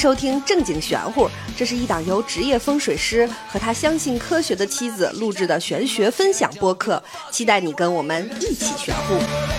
收听正经玄乎，这是一档由职业风水师和他相信科学的妻子录制的玄学分享播客，期待你跟我们一起玄乎。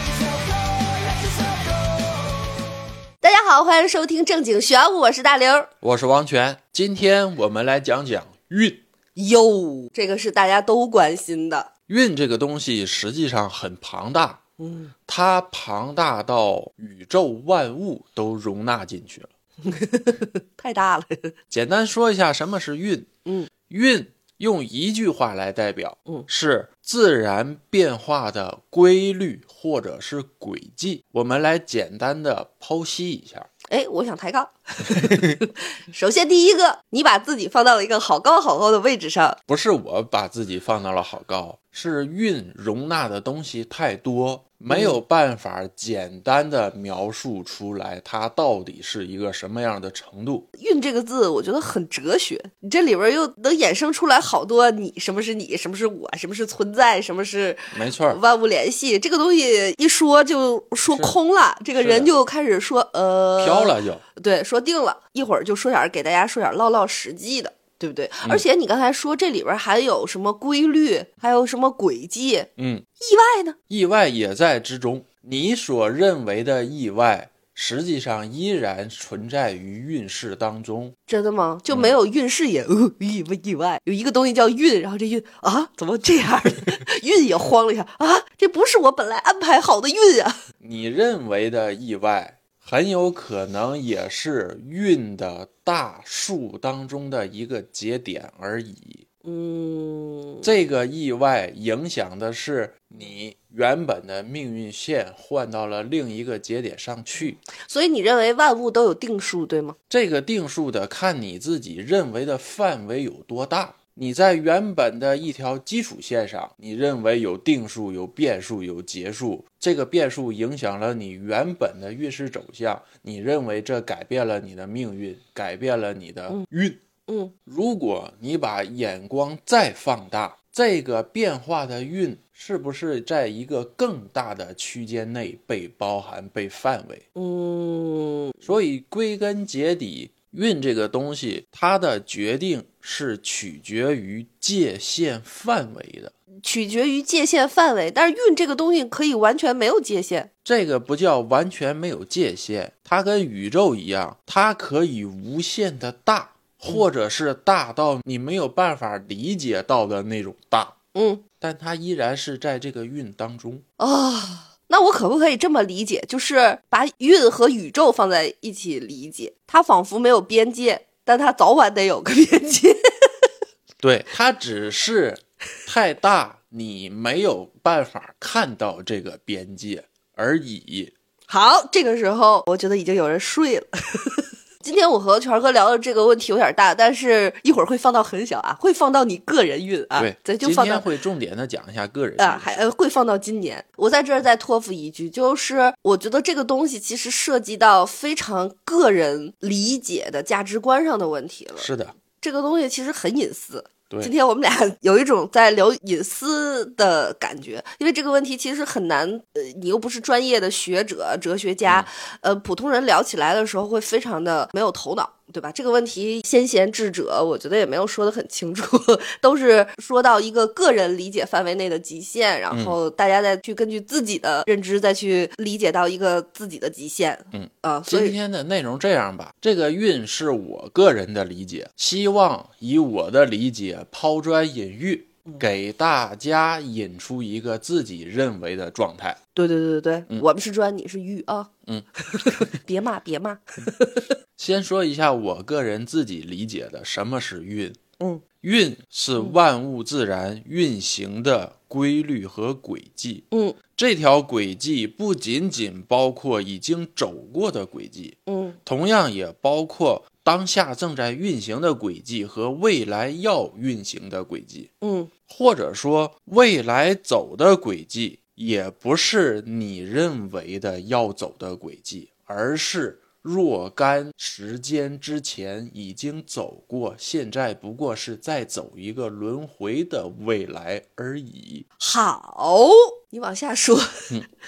大家好，欢迎收听正经玄乎，我是大刘， 我是王权。今天我们来讲讲运。 哟，这个是大家都关心的。 运这个东西实际上很庞大，它庞大到宇宙万物都容纳进去了。 太大了。 简单说一下什么是运。运用一句话来代表，是自然变化的规律或者是轨迹。我们来简单的剖析一下。 我想抬杠。首先第一个，你把自己放到了一个好高好高的位置上。 不是我把自己放到了好高，是运容纳的东西太多，没有办法简单的描述出来它到底是一个什么样的程度。 运这个字我觉得很哲学，你这里边又能衍生出来好多你，什么是你，什么是我，什么是存在，什么是没错万物联系。这个东西一说就说空了，这个人就开始说飘了就对，说定了。一会儿就说点给大家说点唠唠实际的，对不对？而且你刚才说这里边还有什么规律，还有什么轨迹，意外呢？ 意外也在之中。你所认为的意外实际上依然存在于运势当中。 真的吗？就没有运势也意外，有一个东西叫运，然后这运啊怎么这样运也慌了一下啊，这不是我本来安排好的运啊。 你认为的意外很有可能也是运的大数当中的一个节点而已。这个意外影响的是你原本的命运线换到了另一个节点上去。 所以你认为万物都有定数，对吗？ 这个定数的看你自己认为的范围有多大。你在原本的一条基础线上，你认为有定数、有变数、有结数，这个变数影响了你原本的运势走向，你认为这改变了你的命运，改变了你的运。如果你把眼光再放大，这个变化的运是不是在一个更大的区间内被包含、被范围？所以归根结底，运这个东西它的决定是取决于界限范围的， 取决于界限范围，但是运这个东西可以完全没有界限。 这个不叫完全没有界限，它跟宇宙一样，它可以无限的大，或者是大到你没有办法理解到的那种大。但它依然是在这个运当中。 那我可不可以这么理解，就是把运和宇宙放在一起理解，它仿佛没有边界，但它早晚得有个边界。 对，它只是太大，你没有办法看到这个边界而已。 好，这个时候我觉得已经有人睡了。今天我和权哥聊的这个问题有点大，但是一会儿会放到很小啊，会放到你个人运啊。 对， 咱就放到今天会重点的讲一下个人运啊，还会放到今年。我在这儿再托付一句，就是我觉得这个东西其实涉及到非常个人理解的价值观上的问题了。 是的， 这个东西其实很隐私。 对， 今天我们俩有一种在聊隐私的感觉，因为这个问题其实很难，你又不是专业的学者、哲学家，普通人聊起来的时候会非常的没有头脑，对吧？这个问题先贤智者我觉得也没有说得很清楚，都是说到一个个人理解范围内的极限，然后大家再去根据自己的认知再去理解到一个自己的极限。所以今天的内容这样吧，这个运是我个人的理解，希望以我的理解抛砖引玉，给大家引出一个自己认为的状态。 对，我们是砖，你是玉啊。别骂。 先说一下我个人自己理解的什么是运。运是万物自然运行的规律和轨迹。这条轨迹不仅仅包括已经走过的轨迹，同样也包括当下正在运行的轨迹和未来要运行的轨迹。或者说未来走的轨迹也不是你认为的要走的轨迹，而是若干时间之前已经走过，现在不过是再走一个轮回的未来而已。 好，你往下说。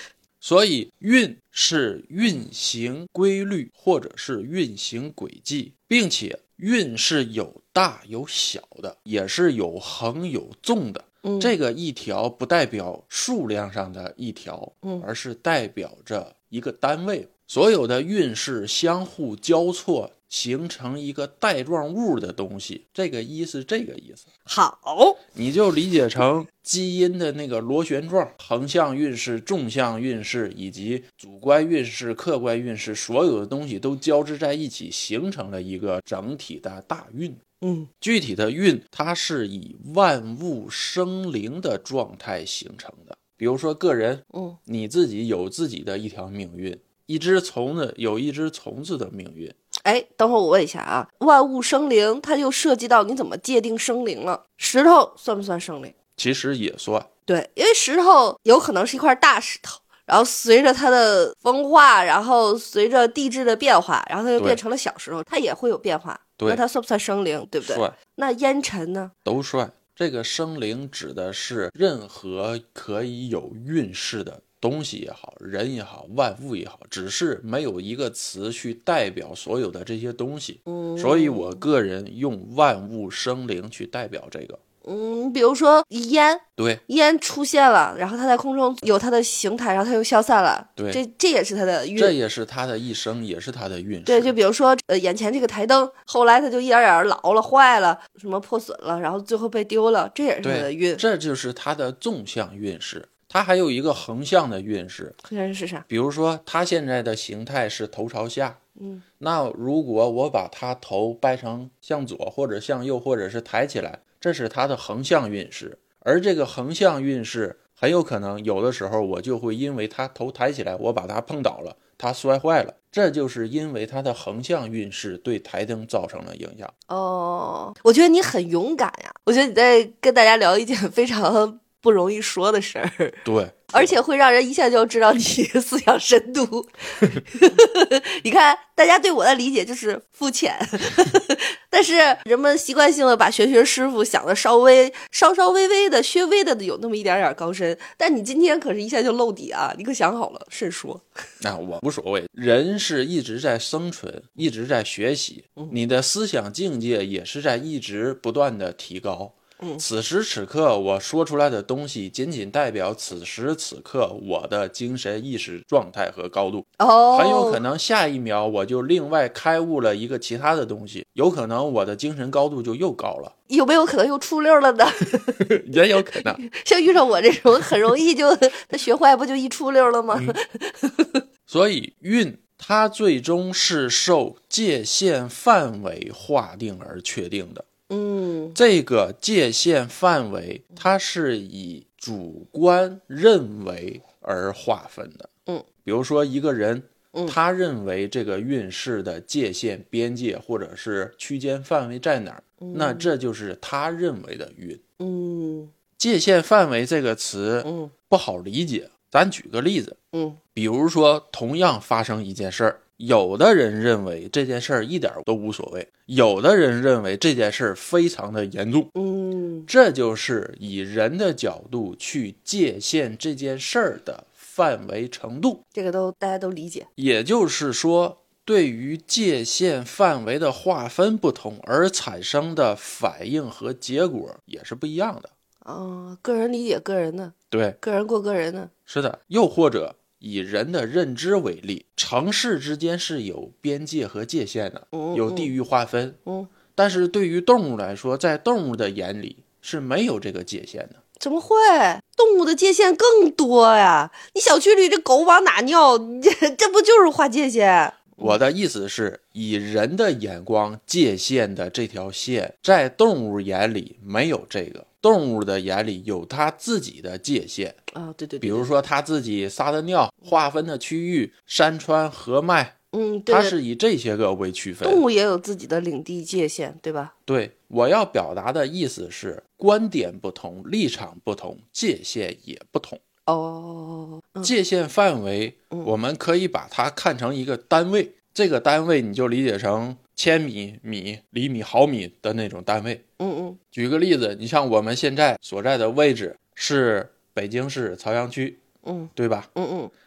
所以运是运行规律或者是运行轨迹，并且运是有大有小的，也是有横有纵的。这个一条不代表数量上的一条，而是代表着一个单位。所有的运势相互交错，形成一个带状物的东西，这个是这个意思。 好， 你就理解成基因的那个螺旋状，横向运势、纵向运势以及主观运势、客观运势，所有的东西都交织在一起，形成了一个整体的大运。具体的运它是以万物生灵的状态形成的。比如说个人，你自己有自己的一条命运，一只虫子有一只虫子的命运。 等会儿我问一下啊，万物生灵它又涉及到你怎么界定生灵了。石头算不算生灵？ 其实也算。 对，因为石头有可能是一块大石头，然后随着它的风化，然后随着地质的变化，然后它就变成了小石头，它也会有变化。 对， 那它算不算生灵？对不对？ 算。 那烟尘呢？ 都算。这个生灵指的是任何可以有运势的东西也好，人也好，万物也好，只是没有一个词去代表所有的这些东西。所以我个人用万物生灵去代表这个。 比如说烟， 对， 烟出现了，然后它在空中有它的形态，然后它又消散了， 对， 这也是它的运， 这也是它的一生，也是它的运势。 对，就比如说眼前这个台灯，后来它就一点点老了、坏了，什么破损了，然后最后被丢了，这也是它的运。 这就是它的纵向运势。它还有一个横向的运势。 横向是啥？ 比如说它现在的形态是头朝下，那如果我把它头掰成向左或者向右，或者是抬起来，这是它的横向运势。而这个横向运势很有可能有的时候我就会因为它头抬起来，我把它碰倒了，它摔坏了，这就是因为它的横向运势对台灯造成了影响。 我觉得你很勇敢呀，我觉得你在跟大家聊一件非常不容易说的事儿。 对， 而且会让人一下就知道你思想深度。你看大家对我的理解就是肤浅，但是人们习惯性的把玄学师傅想的稍微的略微的有那么一点点高深，但你今天可是一下就露底啊，你可想好了慎说。 那我无所谓，人是一直在生存，一直在学习，你的思想境界也是在一直不断的提高。此时此刻我说出来的东西仅仅代表此时此刻我的精神意识状态和高度。很有可能下一秒我就另外开悟了一个其他的东西，有可能我的精神高度就又高了。 有没有可能又出溜了呢？ 也有可能。 像遇上我这种很容易就他学坏不就一出溜了吗？ 所以运它最终是受界限范围划定而确定的。这个界限范围它是以主观认为而划分的。比如说一个人，他认为这个运势的界限边界或者是区间范围在哪儿，那这就是他认为的运。界限范围这个词不好理解，咱举个例子。比如说同样发生一件事儿，有的人认为这件事儿一点都无所谓，有的人认为这件事儿非常的严重。这就是以人的角度去界限这件事儿的范围程度。 这个大家都理解。 也就是说，对于界限范围的划分不同而产生的反应和结果也是不一样的。 个人理解个人的， 对， 个人过个人的。 是的。又或者以人的认知为例，城市之间是有边界和界限的，有地域划分。但是对于动物来说，在动物的眼里是没有这个界限的。 怎么会？动物的界限更多呀！你小区里这狗往哪尿，这不就是划界限？ 我的意思是，以人的眼光界限的这条线，在动物眼里没有这个。动物的眼里有它自己的界限啊，对， 比如说它自己撒的尿划分的区域，山川河脉， 对， 它是以这些个为区分。 动物也有自己的领地界限，对吧？ 对，我要表达的意思是，观点不同，立场不同，界限也不同。界限范围，我们可以把它看成一个单位，这个单位你就理解成千米、米、厘米、毫米的那种单位。举个例子，你像我们现在所在的位置是北京市朝阳区，对吧？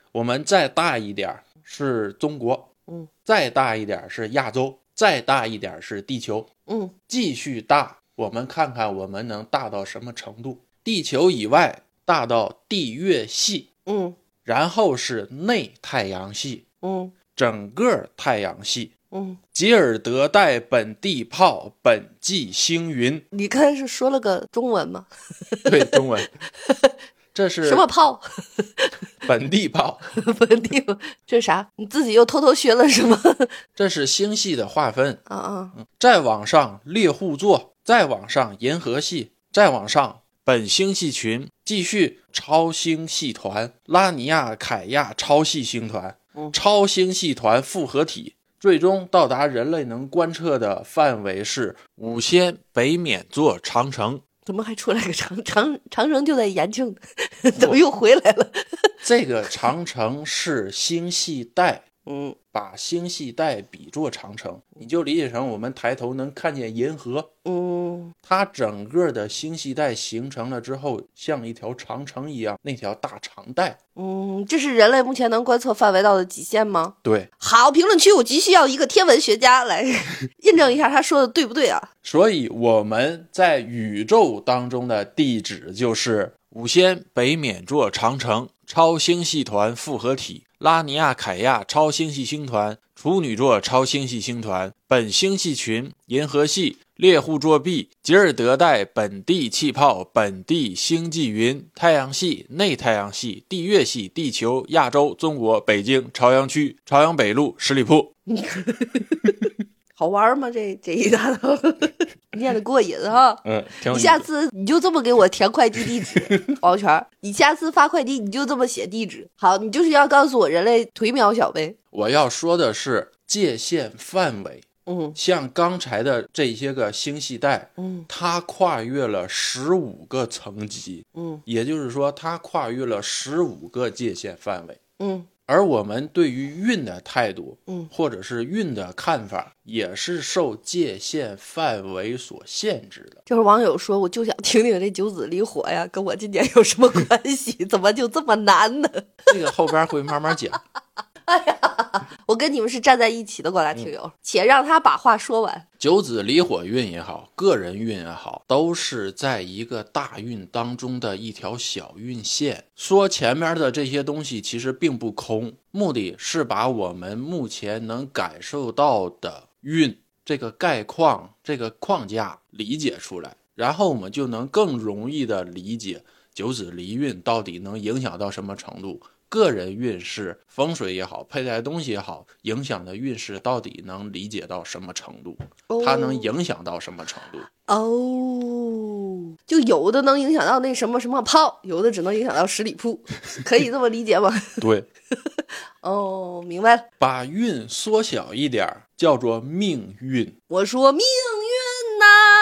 我们再大一点是中国，再大一点是亚洲，再大一点是地球，继续大，我们看看我们能大到什么程度。地球以外大到地月系，然后是内太阳系，整个太阳系，吉尔德带本地炮本纪星云。 你刚才是说了个中文吗？ 对，中文。这是什么炮？ 本地炮。 本地炮，这是啥？你自己又偷偷学了什么？ 这是星系的划分。 再往上猎户座，再往上银河系，再往上本星系群，继续超星系团、拉尼亚凯亚超系星团、超星系团复合体，最终到达人类能观测的范围是5仙北冕座长城。 怎么还出来个长城就在延庆，怎么又回来了？ 这个长城是星系带，把星系带比作长城，你就理解成我们抬头能看见银河。它整个的星系带形成了之后，像一条长城一样，那条大长带。 这是人类目前能观测范围到的极限吗？ 对。 好，评论区我急需要一个天文学家来印证一下他说的对不对啊？ 所以我们在宇宙当中的地址就是5仙北冕座长城、超星系团复合体、拉尼亚凯亚超星系星团、处女座超星系星团、本星系群、银河系、猎户座 B、吉尔德带本地气泡、本地星际云、太阳系、内太阳系、地月系、地球、亚洲、中国、北京、朝阳区、朝阳北路、十里铺。 好玩吗？这一大套念得过瘾哈。 挺有意思。 你下次你就这么给我填快递地址，王全，你下次发快递你就这么写地址。好，你就是要告诉我人类忒渺小呗。 我要说的是界限范围。像刚才的这些个星系带，它跨越了15个层级，也就是说它跨越了15个界限范围。而我们对于运的态度，或者是运的看法，也是受界限范围所限制的。 就是网友说，我就想听听这九子离火呀，跟我今年有什么关系？怎么就这么难呢？ 这个后边会慢慢讲。 哎呀，我跟你们是站在一起的，广大听友，且让他把话说完。 九子离火运也好，个人运也好，都是在一个大运当中的一条小运线。说前面的这些东西其实并不空，目的是把我们目前能感受到的运这个概况、这个框架理解出来，然后我们就能更容易的理解九子离运到底能影响到什么程度。个人运势风水也好，佩戴东西也好，影响的运势到底能理解到什么程度，它能影响到什么程度。 就有的能影响到那什么什么炮，有的只能影响到十里铺，可以这么理解吗？ 对。 明白了。 把运缩小一点叫做命运。 我说命运呐，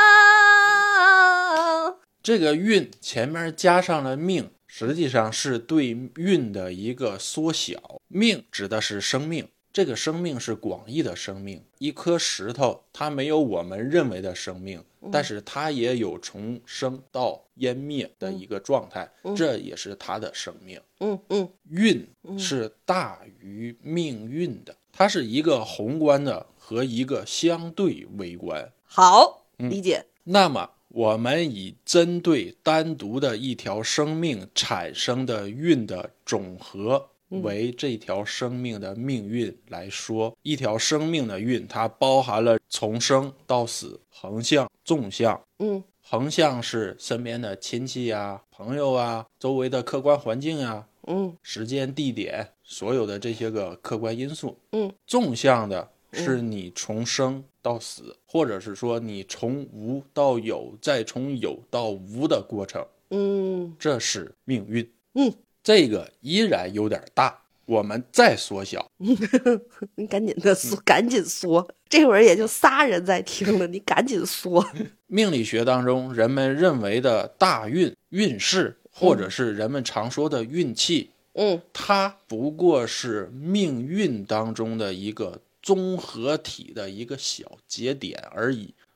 这个运前面加上了命，实际上是对运的一个缩小。命指的是生命，这个生命是广义的生命。一颗石头它没有我们认为的生命，但是它也有从生到湮灭的一个状态，这也是它的生命。运是大于命运的，它是一个宏观的和一个相对微观。 好，理解。 那么我们以针对单独的一条生命产生的运的总和为这条生命的命运来说，一条生命的运它包含了从生到死，横向纵向。横向是身边的亲戚啊、朋友啊、周围的客观环境啊、时间地点，所有的这些个客观因素。纵向的是你从生到死，或者是说你从无到有，再从有到无的过程。这是命运。这个依然有点大，我们再缩小。 你赶紧的缩，赶紧缩，这会儿也就仨人在听了，你赶紧缩。 命理学当中人们认为的大运、运势，或者是人们常说的运气，它不过是命运当中的一个综合体的一个小节点而已，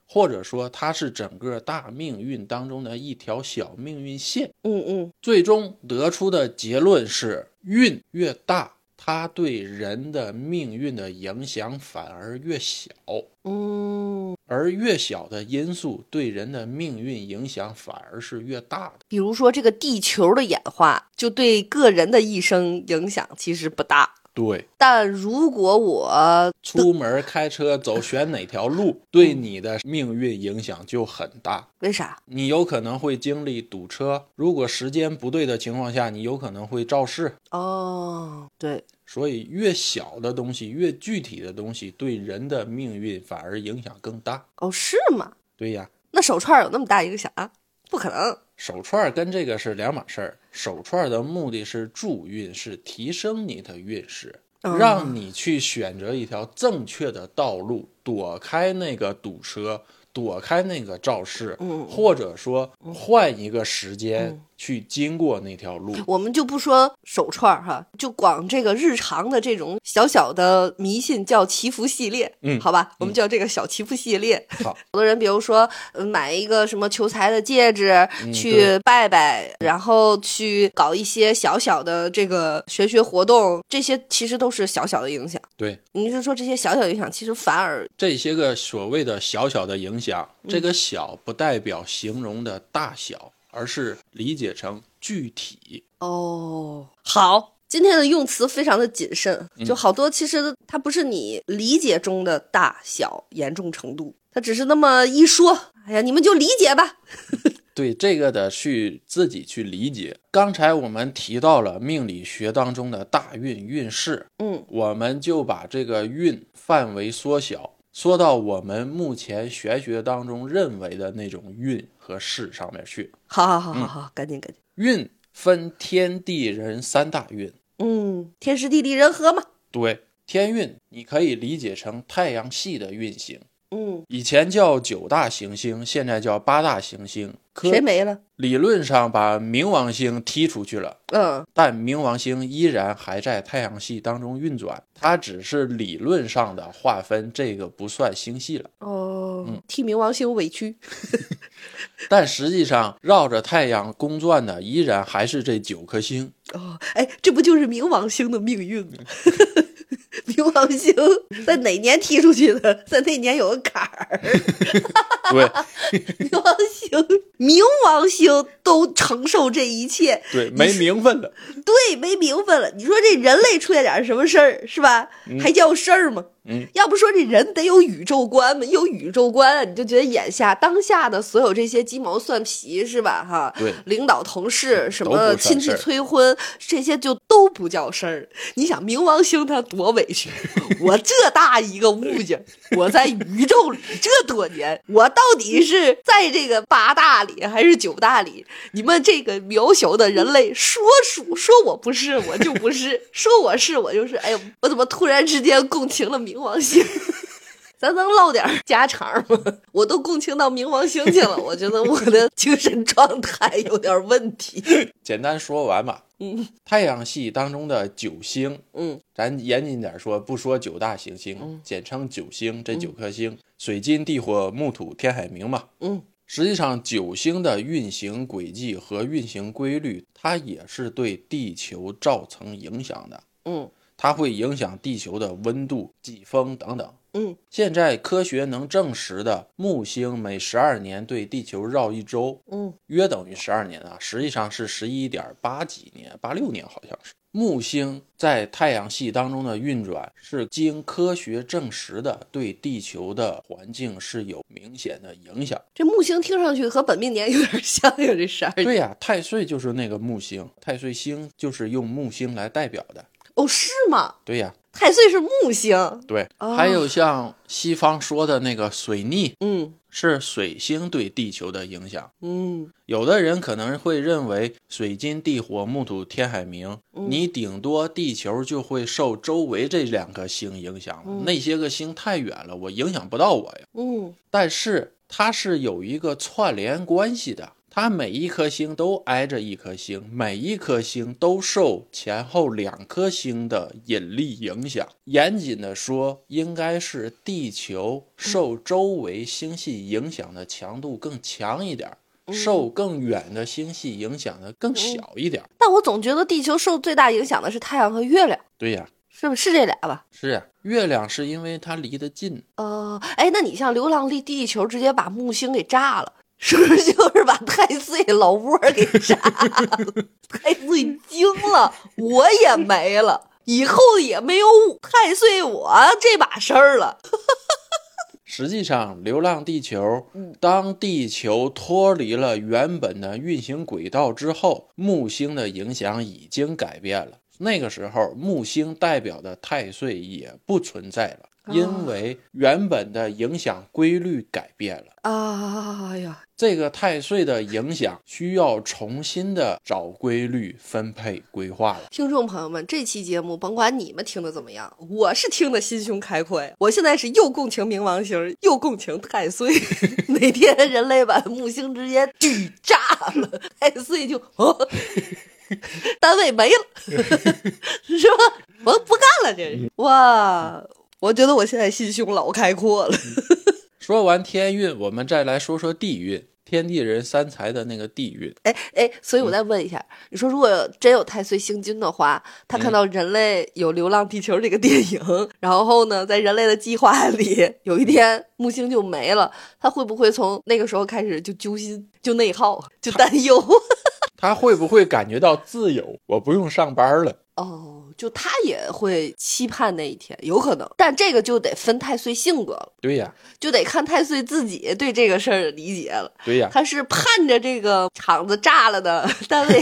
或者说它是整个大命运当中的一条小命运线。最终得出的结论是，运越大，它对人的命运的影响反而越小。而越小的因素对人的命运影响反而是越大的。 比如说这个地球的演化就对个人的一生影响其实不大。 对， 但如果我出门开车走选哪条路，对你的命运影响就很大。 为啥？ 你有可能会经历堵车，如果时间不对的情况下，你有可能会肇事。 对， 所以越小的东西，越具体的东西，对人的命运反而影响更大。 是吗？ 对呀。 那手串有那么大影响啊？不可能。 手串跟这个是两码事儿。手串的目的是助运，是提升你的运势，让你去选择一条正确的道路，躲开那个堵车，躲开那个肇事，或者说换一个时间去经过那条路。 我们就不说手串哈，就光这个日常的这种小小的迷信叫祈福系列，好吧，我们叫这个小祈福系列。 好， 有的人比如说买一个什么求财的戒指，去拜拜，然后去搞一些小小的这个玄学活动，这些其实都是小小的影响。 对， 你是说这些小小的影响其实反而这些个所谓的小小的影响，这个小不代表形容的大小，而是理解成具体。 好，今天的用词非常的谨慎，就好多其实它不是你理解中的大小严重程度，它只是那么一说，哎呀，你们就理解吧。 对，这个的自己去理解。刚才我们提到了命理学当中的大运运势，我们就把这个运范围缩小，说到我们目前玄学当中认为的那种运和势上面去。 好，赶紧。 运分天地人三大运。 天时地利人和嘛。 对，天运你可以理解成太阳系的运行。以前叫9大行星，现在叫8大行星。 谁没了？ 理论上把冥王星踢出去了，但冥王星依然还在太阳系当中运转，它只是理论上的划分，这个不算星系了。 替冥王星委屈。 但实际上绕着太阳公转的依然还是这9颗星。 这不就是冥王星的命运吗？冥王星在哪年踢出去的？在那年有个坎儿。 对， 冥王星都承受这一切。 对，没名分了。 对，没名分了。你说这人类出现点什么事儿，是吧？还叫事儿吗？要不说这人得有宇宙观嘛，有宇宙观，你就觉得眼下当下的所有这些鸡毛蒜皮，是吧？哈， 对， 领导同事什么亲戚催婚，这些就都不叫事儿。你想冥王星他多委屈，我这大一个物件，我在宇宙里这多年，我到底是在这个8大里还是9大里？你们这个渺小的人类说我不是，我就不是；说我是，我就是。哎呦，我怎么突然之间共情了冥王星？咱能唠点家常吗？我都共情到冥王星去了，我觉得我的精神状态有点问题。 简单说完吧。太阳系当中的9星，咱严谨点说，不说9大行星，简称9星。这9颗星，水金地火木土天海冥嘛。实际上9星的运行轨迹和运行规律，它也是对地球造成影响的。它会影响地球的温度、季风等等。现在科学能证实的，木星每12年对地球绕一周，约等于12年啊，实际上是11.8几年，86年好像是。木星在太阳系当中的运转是经科学证实的，对地球的环境是有明显的影响。 这木星听上去和本命年有点像，有这12年。 对呀，太岁就是那个木星，太岁星就是用木星来代表的。 是吗？ 对呀， 太岁是木星。 对，还有像西方说的那个水逆，是水星对地球的影响。有的人可能会认为水金地火木土天海冥，你顶多地球就会受周围这2颗星影响了，那些个星太远了，我影响不到我呀。但是它是有一个串联关系的， 它每一颗星都挨着一颗星，每一颗星都受前后2颗星的引力影响。严谨的说，应该是地球受周围星系影响的强度更强一点，受更远的星系影响的更小一点。 但我总觉得地球受最大影响的是太阳和月亮。 对呀， 是不是这俩吧？ 是呀，月亮是因为它离得近。 那你像《流浪地球》直接把木星给炸了，是不是就是把太岁老窝给炸了？太岁惊了，我也没了，以后也没有太岁我这把事儿了。 实际上，流浪地球，当地球脱离了原本的运行轨道之后，木星的影响已经改变了。那个时候，木星代表的太岁也不存在了，因为原本的影响规律改变了。这个太岁的影响需要重新的找规律分配规划了。 听众朋友们，这期节目甭管你们听的怎么样，我是听得心胸开阔呀。我现在是又共情冥王星，又共情太岁。哪天人类把木星直接巨炸了，太岁就单位没了，是吧？我不干了，这是哇！我觉得我现在心胸老开阔了。 说完天运，我们再来说说地运，天地人三才的那个地运。 所以我再问一下，你说如果真有太岁星君的话，他看到人类有《流浪地球》这个电影，然后呢，在人类的计划里，有一天木星就没了，他会不会从那个时候开始就揪心、就内耗、就担忧？ 他会不会感觉到自由？我不用上班了。 就他也会期盼那一天，有可能，但这个就得分太岁性格了。 对呀， 就得看太岁自己对这个事儿的理解了。 对呀， 他是盼着这个厂子炸了的，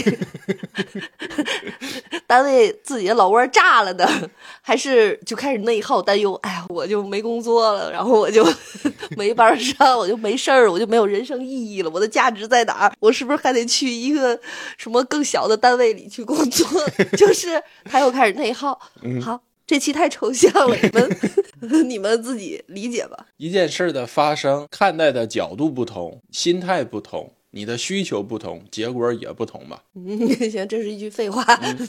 单位自己的老窝炸了的，还是就开始内耗担忧？哎呀，我就没工作了，然后我就没班上，我就没事儿，我就没有人生意义了，我的价值在哪儿？我是不是还得去一个什么更小的单位里去工作？就是他又开始内耗。好，这期太抽象了，你们自己理解吧。 一件事的发生，看待的角度不同，心态不同，你的需求不同，结果也不同吧。 行，这是一句废话。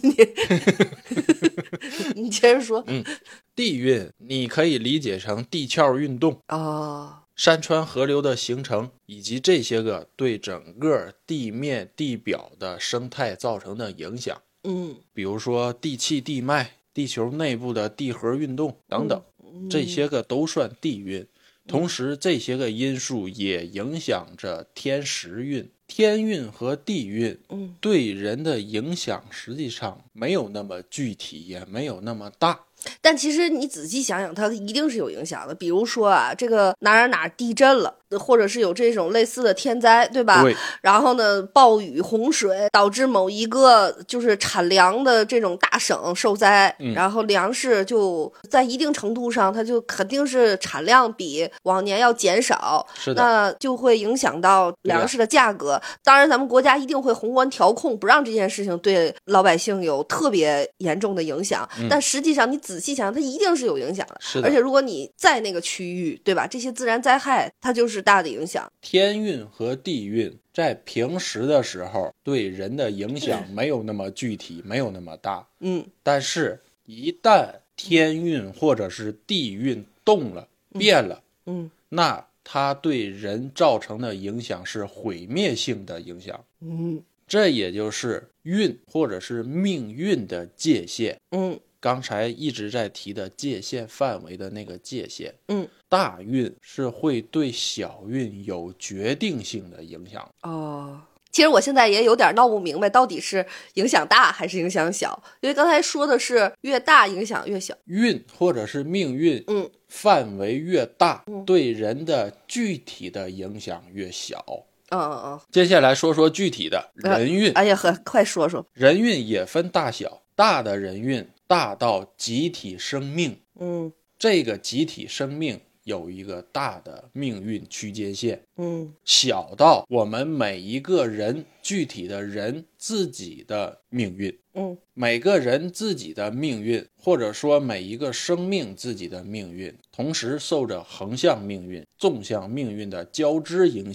你接着说。 地运你可以理解成地壳运动山川河流的形成，以及这些个对整个地面地表的生态造成的影响。比如说地气地脉，地球内部的地核运动等等，这些个都算地运。同时这些个因素也影响着天时运。天运和地运对人的影响实际上没有那么具体，也没有那么大。 但其实你仔细想想，它一定是有影响的。比如说这个哪地震了，或者是有这种类似的天灾，对吧？ 对。 然后呢，暴雨、洪水导致某一个就是产粮的这种大省受灾，然后粮食就在一定程度上，它就肯定是产量比往年要减少， 是的， 那就会影响到粮食的价格。当然，咱们国家一定会宏观调控，不让这件事情对老百姓有特别严重的影响。但实际上，你仔细想想，它一定是有影响的。 是的， 而且如果你在那个区域，对吧？这些自然灾害，它就是大的影响。 天运和地运在平时的时候对人的影响没有那么具体，没有那么大。但是一旦天运或者是地运动了，变了，那它对人造成的影响是毁灭性的影响。这也就是运或者是命运的界限。刚才一直在提的界限范围的那个界限。大运是会对小运有决定性的影响。 其实我现在也有点闹不明白，到底是影响大还是影响小？因为刚才说的是越大影响越小。 运或者是命运，范围越大，对人的具体的影响越小。接下来说说具体的人运。 哎呀呵，快说说。 人运也分大小，大的人运大到集体生命。这个集体生命有一个大的命运区间线。小到我们每一个人具体的人自己的命运。每个人自己的命运，或者说每一个生命自己的命运，同时受着横向命运、纵向命运的交织影响，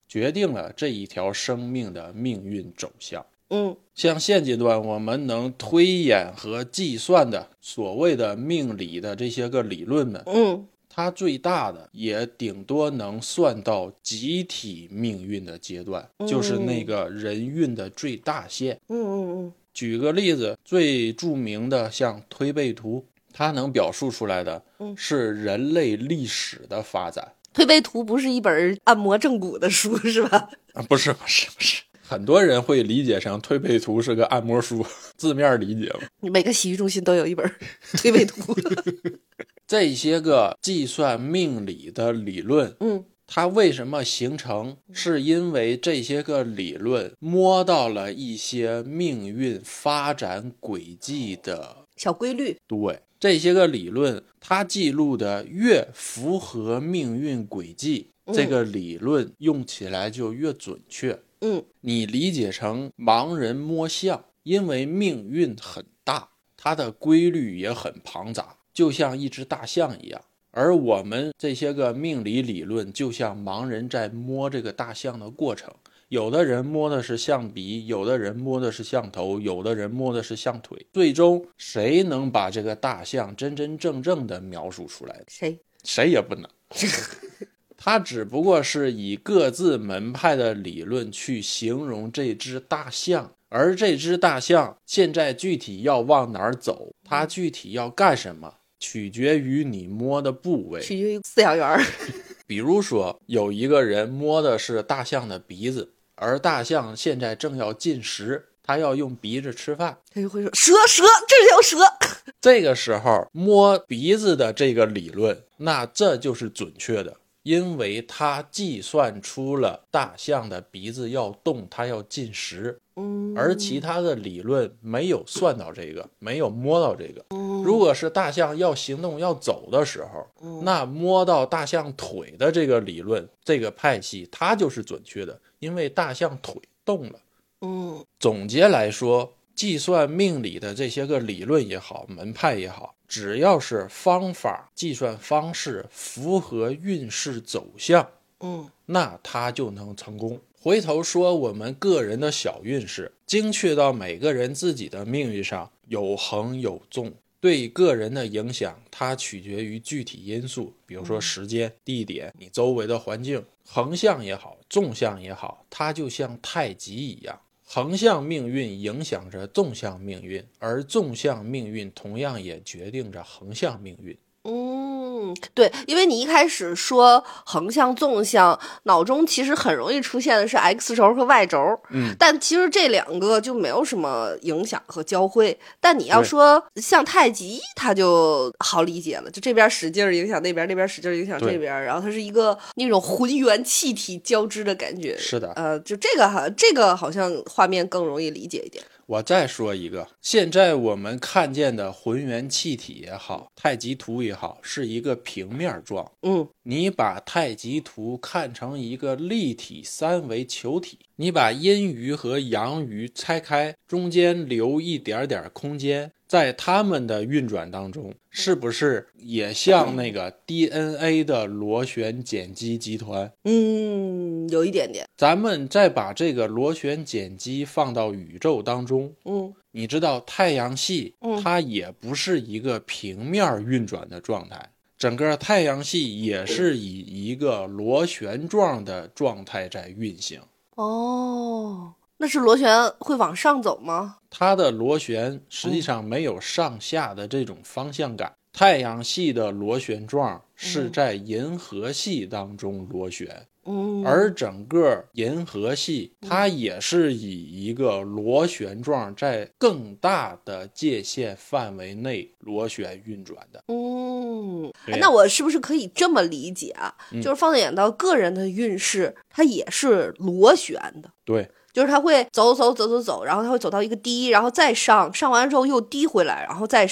决定了这一条生命的命运走向。 像现阶段我们能推演和计算的所谓的命理的这些个理论们，它最大的也顶多能算到集体命运的阶段，就是那个人运的最大线。举个例子，最著名的像推背图，它能表述出来的是人类历史的发展。 推背图不是一本按摩正骨的书是吧？ 不是，很多人会理解成推背图是个按摩书，字面理解嘛。 每个洗浴中心都有一本推背图。 这些个计算命理的理论，它为什么形成？是因为这些个理论摸到了一些命运发展轨迹的小规律。 对，这些个理论它记录的越符合命运轨迹，这个理论用起来就越准确。你理解成盲人摸象，因为命运很大，它的规律也很庞杂，就像一只大象一样。而我们这些个命理理论就像盲人在摸这个大象的过程，有的人摸的是象鼻，有的人摸的是象头，有的人摸的是象腿，最终谁能把这个大象真真正正的描述出来？谁也不能。它只不过是以各自门派的理论去形容这只大象，而这只大象现在具体要往哪儿走，它具体要干什么，取决于你摸的部位， 取决于饲养员。 比如说有一个人摸的是大象的鼻子，而大象现在正要进食，他要用鼻子吃饭， 他就会说蛇，这条蛇。 这个时候摸鼻子的这个理论，那这就是准确的，因为他计算出了大象的鼻子要动，它要进食。而其他的理论没有算到这个，没有摸到这个。如果是大象要行动要走的时候，那摸到大象腿的这个理论，这个派系它就是准确的，因为大象腿动了。总结来说，计算命理的这些个理论也好，门派也好，只要是方法计算方式符合运势走向，那它就能成功。回头说我们个人的小运势，精确到每个人自己的命运上，有横有纵，对个人的影响它取决于具体因素，比如说时间、地点，你周围的环境。横向也好，纵向也好，它就像太极一样，横向命运影响着纵向命运，而纵向命运同样也决定着横向命运。 对，因为你一开始说横向纵向，脑中其实很容易出现的是 X 轴和 Y 轴，但其实这两个就没有什么影响和交汇。但你要说像太极，它就好理解了，就这边使劲影响那边，那边使劲影响这边，然后它是一个那种浑圆气体交织的感觉。 是的， 就这个好像画面更容易理解一点。 我再说一个，现在我们看见的浑圆气体也好，太极图也好，是一个平面状。你把太极图看成一个立体三维球体，你把阴鱼和阳鱼拆开，中间留一点点空间，在它们的运转当中，是不是也像那个 DNA 的螺旋碱基集团？ 有一点点。 咱们再把这个螺旋碱基放到宇宙当中，你知道太阳系它也不是一个平面运转的状态，整个太阳系也是以一个螺旋状的状态在运行。 那是螺旋会往上走吗？ 它的螺旋实际上没有上下的这种方向感。太阳系的螺旋状是在银河系当中螺旋，而整个银河系它也是以一个螺旋状在更大的界限范围内螺旋运转的。 那我是不是可以这么理解啊？就是放眼到个人的运势，它也是螺旋的。 对， 就是它会走，然后它会走到一个低，然后再上完之后又低回来，然后再上。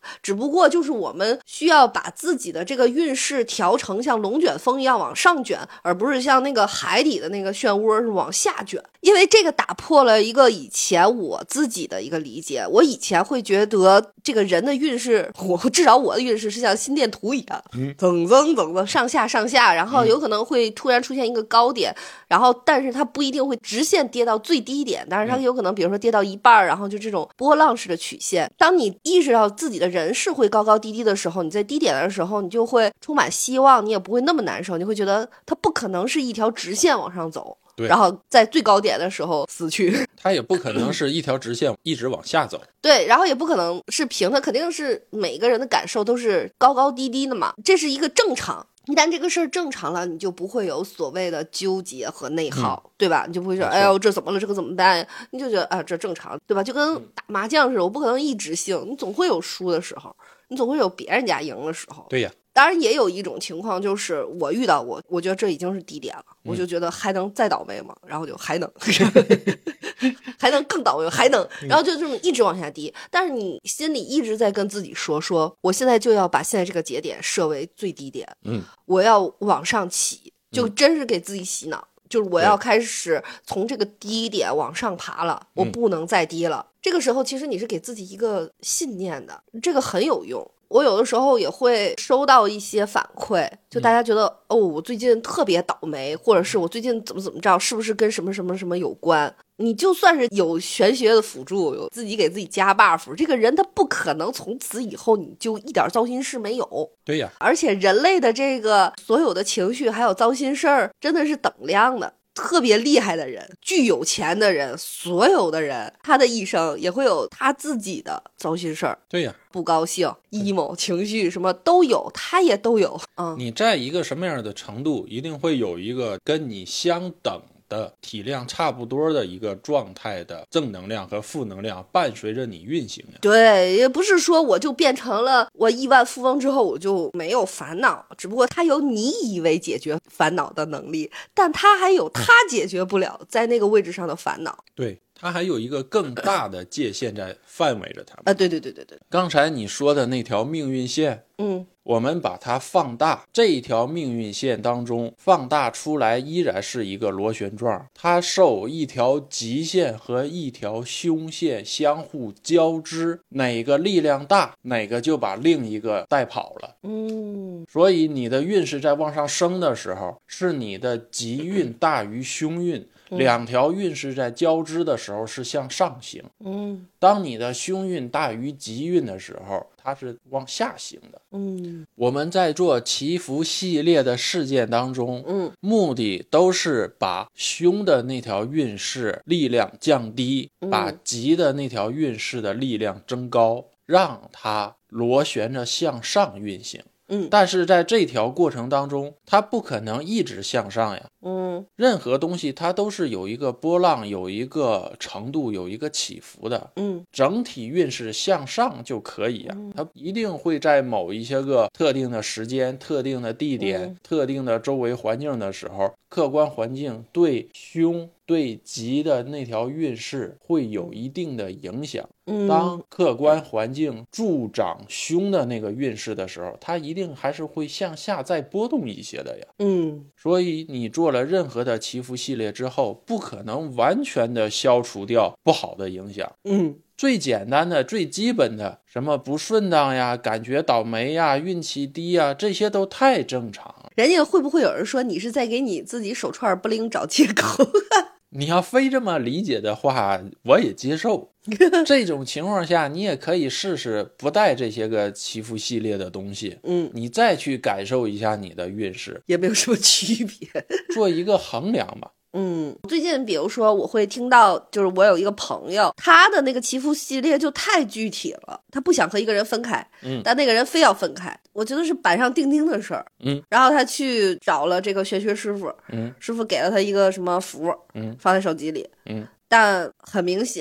只不过就是我们需要把自己的这个运势调成像龙卷风一样往上卷，而不是像那个海底的那个漩涡是往下卷。因为这个打破了一个以前我自己的一个理解，我以前会觉得这个人的运势，至少我的运势是像心电图一样，蹭蹭蹭蹭上下上下，然后有可能会突然出现一个高点，然后但是它不一定会直线跌到最低点，但是它有可能比如说跌到一半，然后就这种波浪式的曲线。当你意识到自己的人是会高高低低的时候，你在低点的时候你就会充满希望，你也不会那么难受，你会觉得它不可能是一条直线往上走，然后在最高点的时候死去， 它也不可能是一条直线一直往下走。 对，然后也不可能是平的，肯定是每个人的感受都是高高低低的嘛，这是一个正常。一旦这个事儿正常了，你就不会有所谓的纠结和内耗，对吧？你就不会说哎呦这怎么了，这个怎么办，你就觉得啊这正常，对吧？就跟打麻将似的，我不可能一直性，你总会有输的时候，你总会有别人家赢的时候。 对呀， 当然也有一种情况，就是我遇到我觉得这已经是低点了，我就觉得还能再倒霉吗？然后就还能还能更倒霉，还能，然后就这么一直往下低。但是你心里一直在跟自己说我现在就要把现在这个节点设为最低点，我要往上起，就真是给自己洗脑，就是我要开始从这个低点往上爬了，我不能再低了。这个时候其实你是给自己一个信念的，这个很有用。我有的时候也会收到一些反馈，就大家觉得我最近特别倒霉，或者是我最近怎么着，是不是跟什么什么什么有关？你就算是有玄学的辅助，有自己给自己加 buff， 这个人他不可能从此以后你就一点糟心事没有。 对呀， 而且人类的这个所有的情绪还有糟心事儿真的是等量的。特别厉害的人，巨有钱的人，所有的人，他的一生也会有他自己的糟心事儿。 对呀， 不高兴、emo 情绪什么都有，他也都有。 你在一个什么样的程度，一定会有一个跟你相等的体量差不多的一个状态的正能量和负能量伴随着你运行呀。 对，也不是说我就变成了我亿万富翁之后我就没有烦恼，只不过他有你以为解决烦恼的能力，但他还有他解决不了在那个位置上的烦恼。 对，它还有一个更大的界限在范围着它们。 对。 刚才你说的那条命运线，我们把它放大，这一条命运线当中放大出来依然是一个螺旋状，它受一条极线和一条凶线相互交织，哪个力量大，哪个就把另一个带跑了。所以你的运势在往上升的时候，是你的吉运大于凶运，两条运势在交织的时候是向上行。当你的凶运大于吉运的时候，它是往下行的。我们在做祈福系列的事件当中，目的都是把凶的那条运势力量降低，把吉的那条运势的力量增高，让它螺旋着向上运行。但是在这条过程当中，它不可能一直向上呀。任何东西它都是有一个波浪，有一个程度，有一个起伏的。整体运势向上就可以呀。它一定会在某一些个特定的时间、特定的地点、特定的周围环境的时候，客观环境对凶对吉的那条运势会有一定的影响。当客观环境助长凶的那个运势的时候，它一定还是会向下再波动一些的呀。所以你做了任何的祈福系列之后，不可能完全的消除掉不好的影响。最简单的最基本的什么不顺当呀，感觉倒霉呀，运气低呀，这些都太正常了。 人家会不会有人说你是在给你自己手串不灵找借口？ 你要非这么理解的话，我也接受。这种情况下，你也可以试试不带这些个祈福系列的东西，你再去感受一下你的运势， 也没有什么区别， 做一个衡量吧。 最近比如说我会听到，就是我有一个朋友，他的那个祈福系列就太具体了，他不想和一个人分开，但那个人非要分开，我觉得是板上钉钉的事儿。然后他去找了这个玄学师傅，师傅给了他一个什么符，放在手机里，但很明显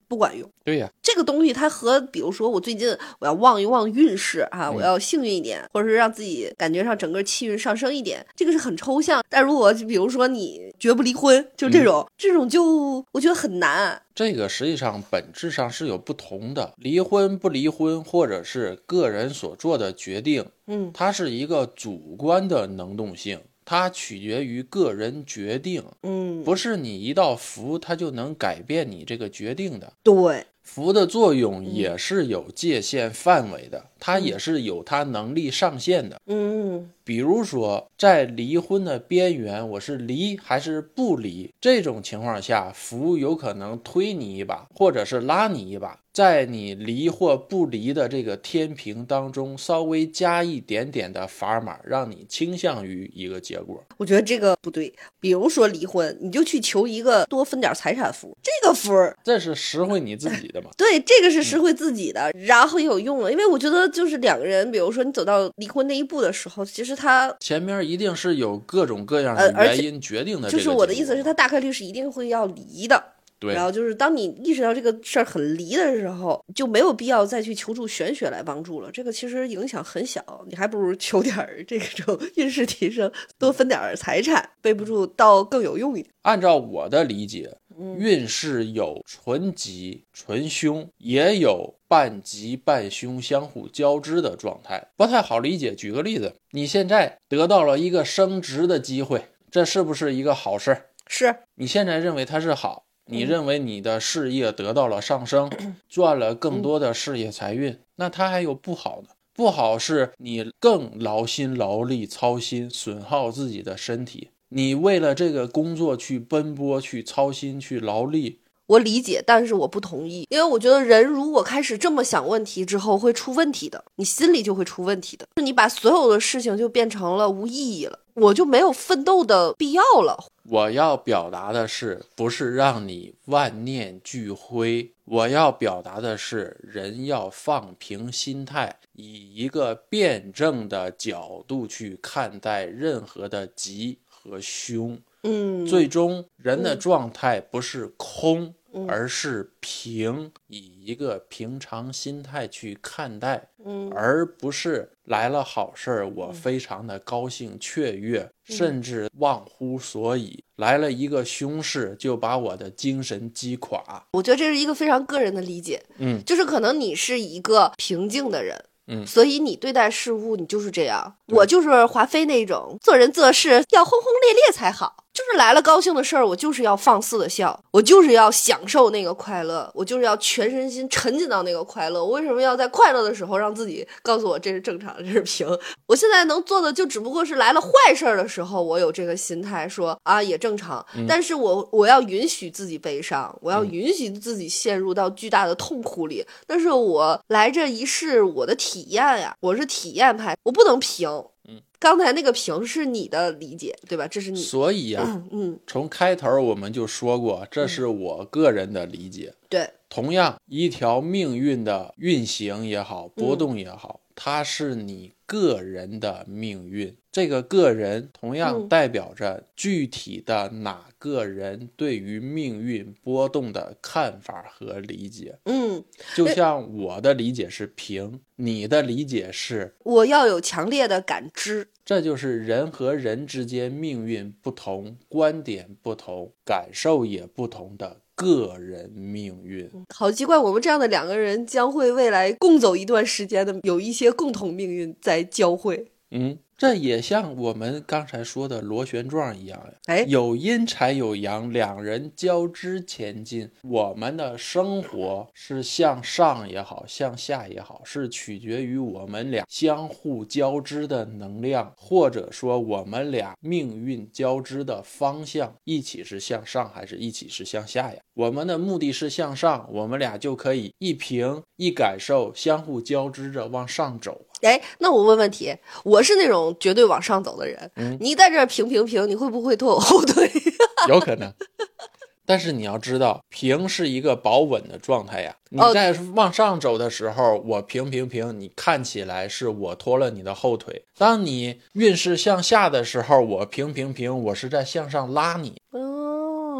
不管用。 对呀， 这个东西它和比如说我最近我要旺一旺运势啊，我要幸运一点，或者是让自己感觉上整个气运上升一点，这个是很抽象。但如果比如说你绝不离婚，就这种就我觉得很难。 这个实际上本质上是有不同的，离婚不离婚，或者是个人所做的决定，它是一个主观的能动性，它取决于个人决定，不是你一道符它就能改变你这个决定的。 对， 符的作用也是有界限范围的，它也是有它能力上限的。比如说在离婚的边缘，我是离还是不离，这种情况下符有可能推你一把，或者是拉你一把，在你离或不离的这个天平当中稍微加一点点的砝码，让你倾向于一个结果。 我觉得这个不对。比如说离婚，你就去求一个多分点财产符，这个符这是实惠你自己的嘛？ 对，这个是实惠自己的，然后也有用了。因为我觉得就是两个人，比如说你走到离婚那一步的时候，其实他前面一定是有各种各样的原因决定的这个结果。 就是我的意思是，他大概率是一定会要离的。 对， 然后就是当你意识到这个事儿很离的时候，就没有必要再去求助玄学来帮助了。这个其实影响很小，你还不如求点这种运势提升，多分点财产，背不住倒更有用一点。 按照我的理解，运势有纯吉纯凶，也有半吉半凶相互交织的状态，不太好理解。举个例子，你现在得到了一个升职的机会，这是不是一个好事？ 是， 你现在认为它是好，你认为你的事业得到了上升，赚了更多的事业财运，那它还有不好呢？不好是你更劳心劳力操心，损耗自己的身体，你为了这个工作去奔波，去操心，去劳力。 我理解，但是我不同意，因为我觉得人如果开始这么想问题之后会出问题的，你心里就会出问题的，你把所有的事情就变成了无意义了，我就没有奋斗的必要了。 我要表达的是，不是让你万念俱灰，我要表达的是人要放平心态，以一个辩证的角度去看待任何的吉和凶。最终人的状态不是空，而是平，以一个平常心态去看待，而不是来了好事我非常的高兴雀跃，甚至忘乎所以，来了一个凶事就把我的精神击垮。 我觉得这是一个非常个人的理解，就是可能你是一个平静的人，所以你对待事物你就是这样。我就是华妃那种做人做事要轰轰烈烈才好，就是来了高兴的事儿，我就是要放肆的笑，我就是要享受那个快乐，我就是要全身心沉浸到那个快乐。我为什么要在快乐的时候让自己告诉我这是正常，这是平？我现在能做的就只不过是来了坏事儿的时候，我有这个心态说啊也正常，但是我要允许自己悲伤，我要允许自己陷入到巨大的痛苦里。但是我来这一世，我的体验呀，我是体验派，我不能平。刚才那个平是你的理解，对吧？这是你。 所以啊，从开头我们就说过，这是我个人的理解。 对， 同样一条命运的运行也好，波动也好，它是你个人的命运。这个个人同样代表着具体的哪个人对于命运波动的看法和理解。就像我的理解是平，你的理解是我要有强烈的感知。 这就是人和人之间命运不同，观点不同，感受也不同的个人命运。 好奇怪，我们这样的两个人将会未来共走一段时间的，有一些共同命运在交汇。 这也像我们刚才说的螺旋状一样呀，有阴才有阳，两人交织前进。我们的生活是向上也好，向下也好，是取决于我们俩相互交织的能量，或者说我们俩命运交织的方向，一起是向上还是一起是向下呀？我们的目的是向上，我们俩就可以一平一感受，相互交织着往上走。 那我问问题，我是那种绝对往上走的人，你在这平，你会不会拖我后腿？ 有可能。但是你要知道，平是一个保稳的状态呀。你在往上走的时候，我平，你看起来是我拖了你的后腿。当你运势向下的时候，我平，我是在向上拉你。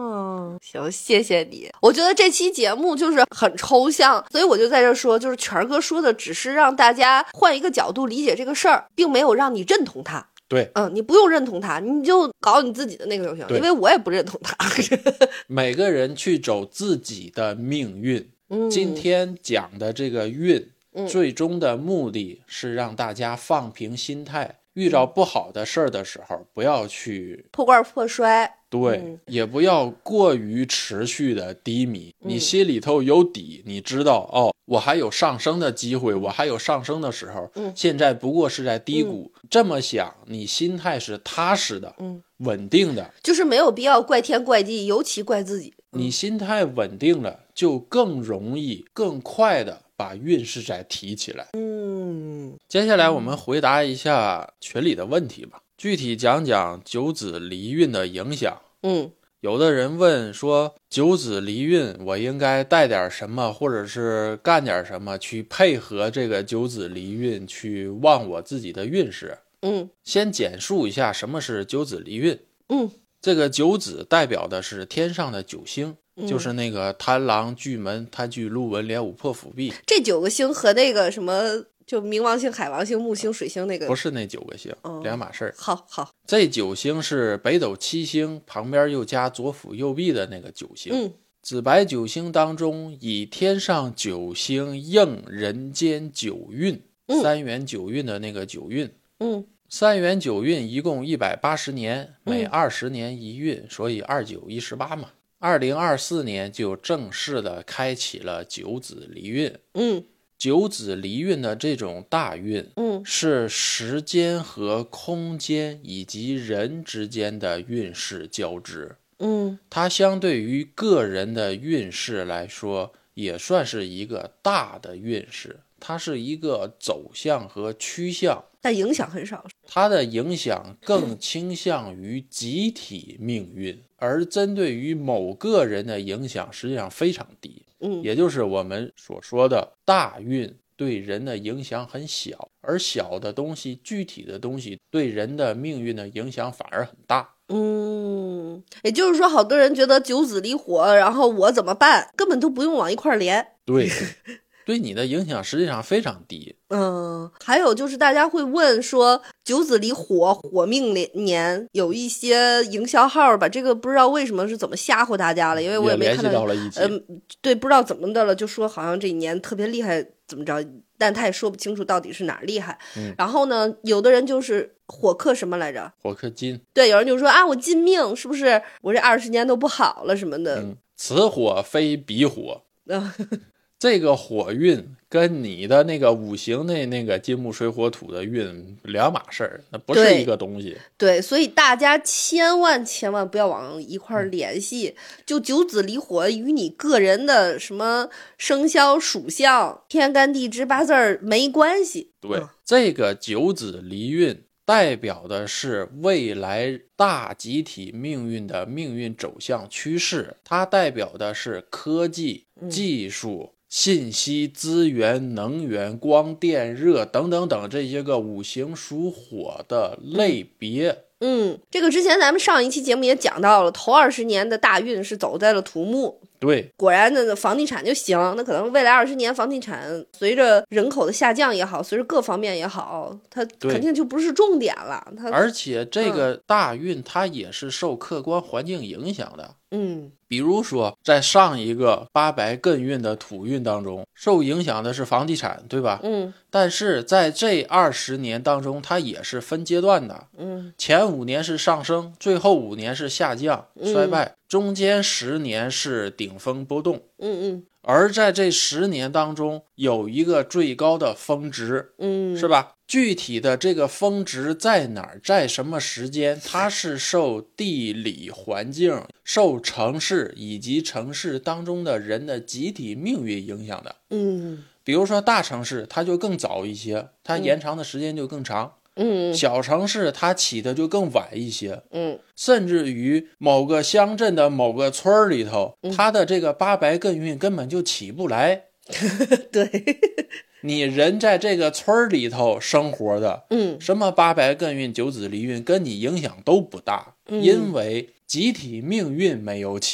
行，谢谢你。我觉得这期节目就是很抽象，所以我就在这说，就是权哥说的只是让大家换一个角度理解这个事儿，并没有让你认同它。 对， 你不用认同他，你就搞你自己的那个就行，因为我也不认同他。 每个人去走自己的命运。今天讲的这个运，最终的目的是让大家放平心态，遇到不好的事儿的时候，不要去破罐破摔。 对，也不要过于持续的低迷，你心里头有底，你知道我还有上升的机会，我还有上升的时候，现在不过是在低谷，这么想，你心态是踏实的，稳定的， 就是没有必要怪天怪地，尤其怪自己。 你心态稳定了，就更容易更快的把运势再提起来。接下来我们回答一下群里的问题吧，具体讲讲九子离运的影响。有的人问说，九子离运我应该带点什么，或者是干点什么去配合这个九子离运，去旺我自己的运势。先简述一下什么是九子离运。这个九子代表的是天上的九星，就是那个贪狼、巨门、贪巨、禄文、廉武、破辅弼。这9个星和那个什么就冥王星、海王星、木星、水星那个不是那9个星，两码事儿。 好， 这9星是北斗7星旁边又加左辅右弼的那个9星。紫白9星当中，以天上9星应人间9运，三元9运的那个9运。三元9运一共180年，每20年一运，所以2918嘛。2024年就正式的开启了九子离运。九子离运的这种大运，是时间和空间以及人之间的运势交织。它相对于个人的运势来说，也算是一个大的运势，它是一个走向和趋向， 但影响很少。 它的影响更倾向于集体命运，而针对于某个人的影响实际上非常低。也就是我们所说的大运对人的影响很小，而小的东西、具体的东西对人的命运的影响反而很大。 也就是说，好多人觉得九子离火，然后我怎么办？根本都不用往一块连。 对，对你的影响实际上非常低。 还有就是大家会问说，九子离火，火命年，有一些营销号把这个不知道为什么是怎么吓唬大家了，因为我也没看到了一集。 对，不知道怎么的了，就说好像这一年特别厉害，怎么着？但他也说不清楚到底是哪儿厉害。然后呢，有的人就是火克什么来着？火克金。 对，有人就说啊，我金命是不是我这20年都不好了什么的？ 此火非彼火。这个火运跟你的那个五行那个金木水火土的运两码事儿，那不是一个东西。 对，所以大家千万不要往一块儿联系。就九子离火与你个人的什么生肖属相、天干地支八字没关系。 对，这个九子离运代表的是未来大集体命运的命运走向趋势，它代表的是科技、技术、信息资源、能源、光电热等等等这些个五行属火的类别。 这个之前咱们上一期节目也讲到了，头20年的大运是走在了土木。 对， 果然那房地产就行，那可能未来20年房地产随着人口的下降也好，随着各方面也好，它肯定就不是重点了。 而且这个大运它也是受客观环境影响的。比如说在上一个八白艮运的土运当中，受影响的是房地产，对吧？但是在这20年当中，它也是分阶段的。前5年是上升，最后5年是下降衰败，中间10年是顶峰波动。而在这10年当中，有一个最高的峰值，是吧？具体的这个峰值在哪儿，在什么时间，它是受地理环境、受城市以及城市当中的人的集体命运影响的。比如说大城市，它就更早一些，它延长的时间就更长。小城市它起的就更晚一些。甚至于某个乡镇的某个村里头，它的这个八白艮运根本就起不来。 对， 你人在这个村里头生活的，什么八白艮运、九子离运跟你影响都不大，因为集体命运没有起。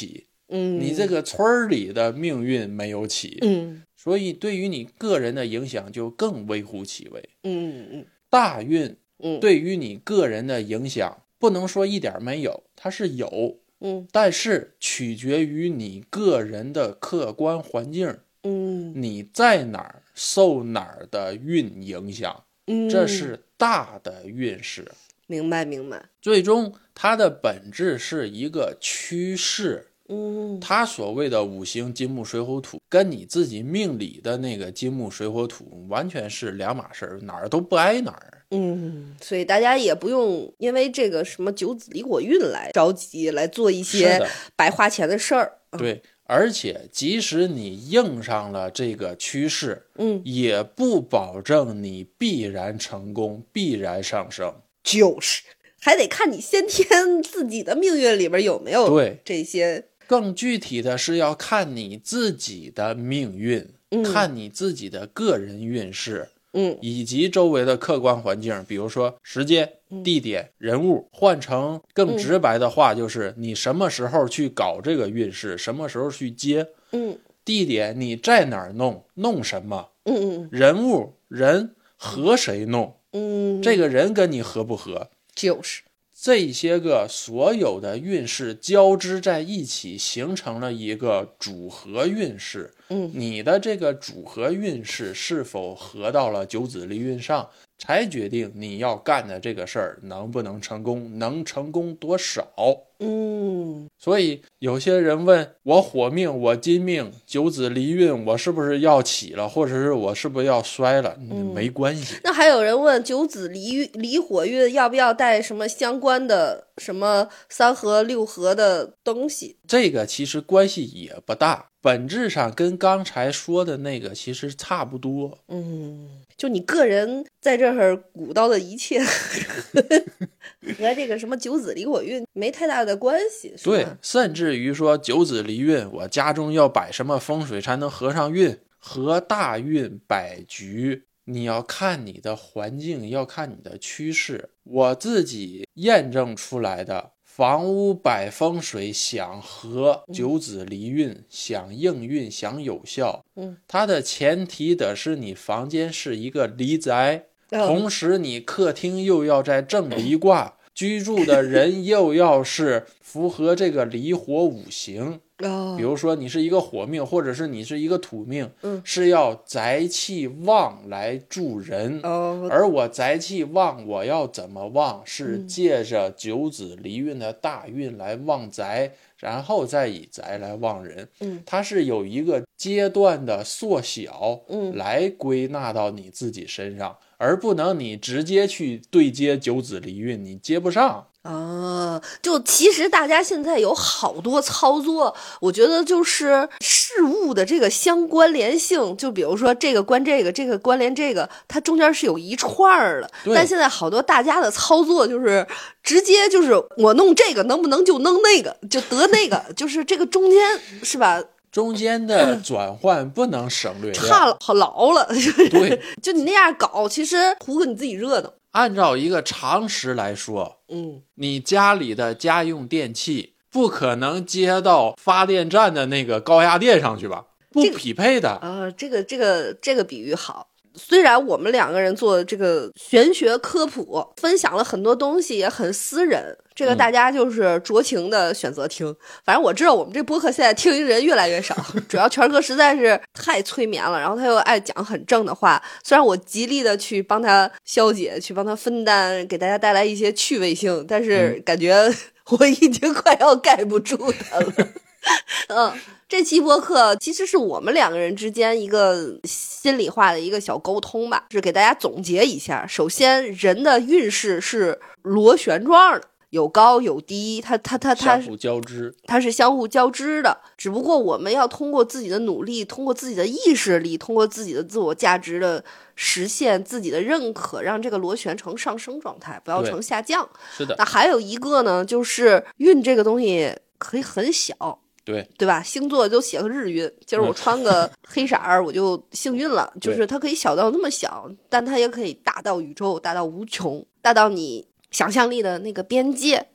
你这个村里的命运没有起，所以对于你个人的影响就更微乎其微。大运对于你个人的影响不能说一点没有，它是有，但是取决于你个人的客观环境，你在哪儿受哪儿的运影响，这是大的运势。 明白明白。 最终它的本质是一个趋势。它所谓的五行金木水火土跟你自己命里的那个金木水火土完全是两码事，哪儿都不挨哪儿。 所以大家也不用因为这个什么九子离火运来着急来做一些白花钱的事儿。 对，而且即使你应上了这个趋势，也不保证你必然成功必然上升， 就是还得看你先天自己的命运里边有没有这些。 更具体的是要看你自己的命运，看你自己的个人运势，以及周围的客观环境，比如说时间、地点、人物。换成更直白的话，就是你什么时候去搞这个运势，什么时候去接。地点你在哪儿弄什么。人物人和谁弄，这个人跟你合不合， 就是这些个所有的运势交织在一起，形成了一个组合运势。你的这个组合运势是否合到了九子离运上，才决定你要干的这个事儿能不能成功，能成功多少。所以有些人问我火命我金命九子离运我是不是要起了，或者是我是不是要衰了，没关系。 那还有人问九子离火运要不要带什么相关的什么三合六合的东西， 这个其实关系也不大，本质上跟刚才说的那个其实差不多。 就你个人在这儿鼓捣的一切和这个什么九子离火运没太大的关系。 对，甚至于说九子离运我家中要摆什么风水才能合上运，合大运摆局你要看你的环境，要看你的趋势。我自己验证出来的房屋摆风水想合九子离运，想应运想有效，它的前提得是你房间是一个离宅，同时你客厅又要在正离卦，居住的人又要是符合这个离火五行。比如说你是一个火命，或者是你是一个土命，是要宅气旺来助人。而我宅气旺我要怎么旺，是借着九子离运的大运来旺宅，然后再以宅来旺人。它是有一个阶段的缩小来归纳到你自己身上，而不能你直接去对接九子离运，你接不上。 就其实大家现在有好多操作，我觉得就是事物的这个相关联性，就比如说这个关这个，这个关联这个，它中间是有一串儿的。但现在好多大家的操作就是直接就是我弄这个能不能就弄那个就得那个，就是这个中间是吧？ 中间的转换不能省略掉， 差了好牢了。 对， 就你那样搞，其实图个你自己热闹。 按照一个常识来说，你家里的家用电器不可能接到发电站的那个高压电上去吧？不匹配的。 这个比喻好。虽然我们两个人做这个玄学科普，分享了很多东西，也很私人，这个大家就是酌情的选择听。反正我知道我们这播客现在听人越来越少，主要权哥实在是太催眠了，然后他又爱讲很正的话。虽然我极力的去帮他消解，去帮他分担，给大家带来一些趣味性，但是感觉我已经快要盖不住他了。这期播客其实是我们两个人之间一个心里话的一个小沟通吧，是给大家总结一下。首先，人的运势是螺旋状的，有高有低，它相互交织， 它是相互交织的。只不过我们要通过自己的努力，通过自己的意识力，通过自己的自我价值的实现，自己的认可，让这个螺旋呈上升状态，不要呈下降。 是的。 那还有一个呢，就是运这个东西可以很小。对吧？星座就写个日运，今儿我穿个黑色儿我就幸运了，就是它可以小到那么小，但它也可以大到宇宙，大到无穷，大到你想象力的那个边界。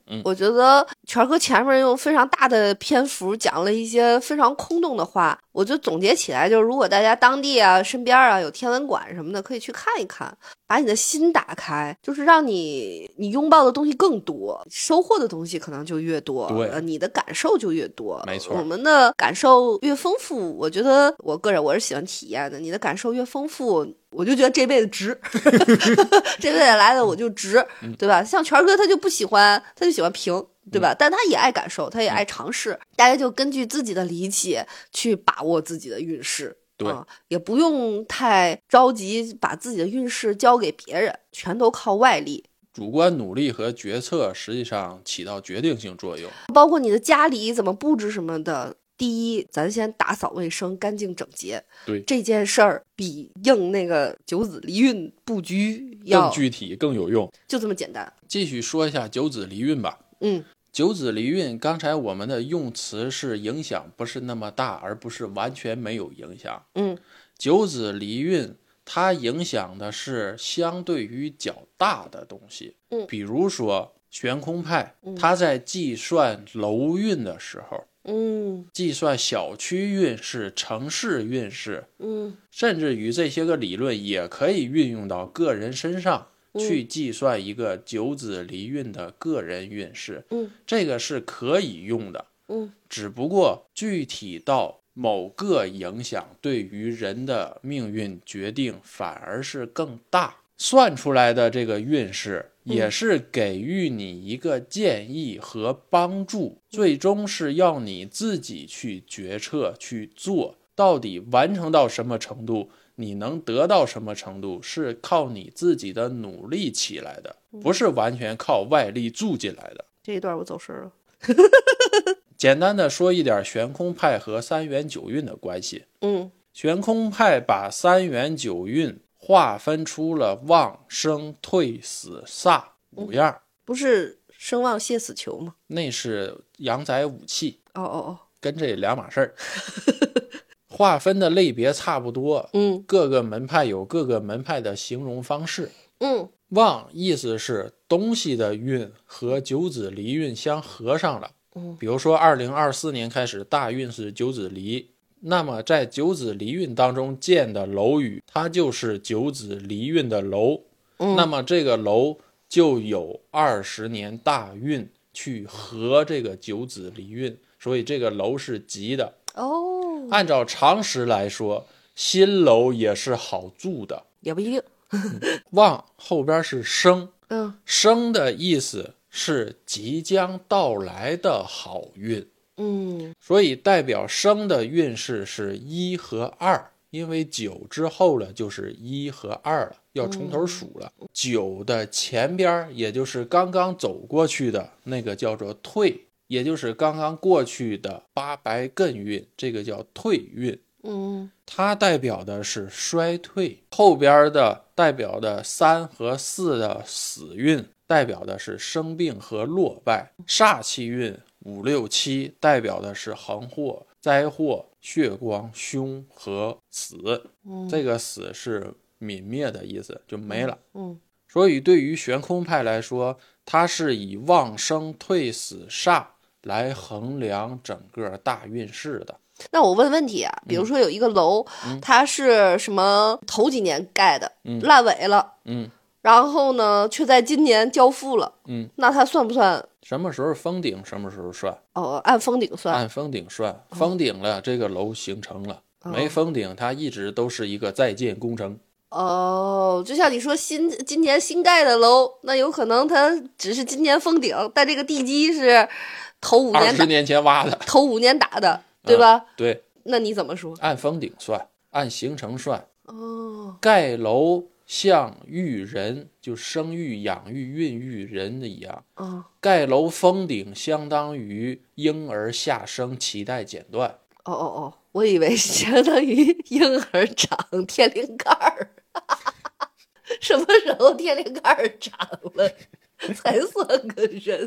我觉得权哥前面用非常大的篇幅讲了一些非常空洞的话，我就总结起来就是，如果大家当地啊、身边啊有天文馆什么的，可以去看一看，把你的心打开，就是让你拥抱的东西更多，收获的东西可能就越多，你的感受就越多。 没错， 我们的感受越丰富，我觉得我个人我是喜欢体验的，你的感受越丰富，我就觉得这辈子值这辈子来的我就值，对吧？像权哥他就不喜欢，他就喜欢平，对吧？但他也爱感受，他也爱尝试，大家就根据自己的理解去把握自己的运势。 对， 也不用太着急把自己的运势交给别人，全都靠外力。 主观努力和决策实际上起到决定性作用， 包括你的家里怎么布置什么的。第一，咱先打扫卫生，干净整洁。 对， 这件事儿比应那个九子离运布局要更具体、更有用。 就这么简单。 继续说一下九子离运吧。九子离运，刚才我们的用词是影响不是那么大，而不是完全没有影响。九子离运，它影响的是相对于较大的东西。比如说悬空派，它在计算楼运的时候，计算小区运势、城市运势，甚至于这些个理论也可以运用到个人身上。去计算一个九子离运的个人运势，这个是可以用的，只不过具体到某个影响对于人的命运决定反而是更大。算出来的这个运势也是给予你一个建议和帮助，最终是要你自己去决策去做，到底完成到什么程度，你能得到什么程度，是靠你自己的努力起来的，不是完全靠外力助进来的。 这一段我走神了。 简单的说一点悬空派和三元九运的关系。悬空派把三元九运划分出了旺、生、退、死、煞5样。 不是生旺泄死囚吗？ 那是阳宅武器。跟这两码事儿。划分的类别差不多，各个门派有各个门派的形容方式。旺意思是东西的运和九子离运相合上了。比如说2024年开始大运是九子离，那么在九子离运当中建的楼宇，它就是九子离运的楼，那么这个楼就有20年大运去合这个九子离运，所以这个楼是吉的。按照常识来说，新楼也是好住的， 也不一定。 旺后边是生，生的意思是即将到来的好运，所以代表生的运势是1和2，因为9之后了就是1和2了，要从头数了。9的前边也就是刚刚走过去的那个叫做退，也就是刚刚过去的八白艮运，这个叫退运。它代表的是衰退。后边的代表的3和4的死运代表的是生病和落败。煞气运5、6、7代表的是横祸、灾祸、血光、凶和死。这个死是泯灭的意思，就没了。所以对于悬空派来说，它是以旺生退死煞来衡量整个大运势的。 那我问问题啊，比如说有一个楼，它是什么头几年盖的，烂尾了，然后呢却在今年交付了，那它算不算？ 什么时候封顶什么时候算？ 按封顶算。 按封顶算，封顶了，这个楼形成了，没封顶它一直都是一个在建工程。 就像你说今年新盖的楼，那有可能它只是今年封顶，但这个地基是头5年 20年前挖的， 头5年打的，对吧？ 对。 那你怎么说？ 按封顶算，按形成算。盖楼像育人，就生育、养育、孕育人的一样。盖楼封顶相当于婴儿下生，脐带剪断。 我以为相当于婴儿长天灵盖儿。什么时候天灵盖儿长了才算个人？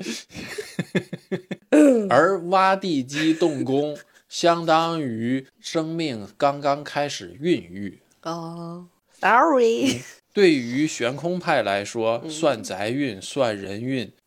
而挖地基动工相当于生命刚刚开始孕育。 Sorry。 对于悬空派来说，算宅运、算人运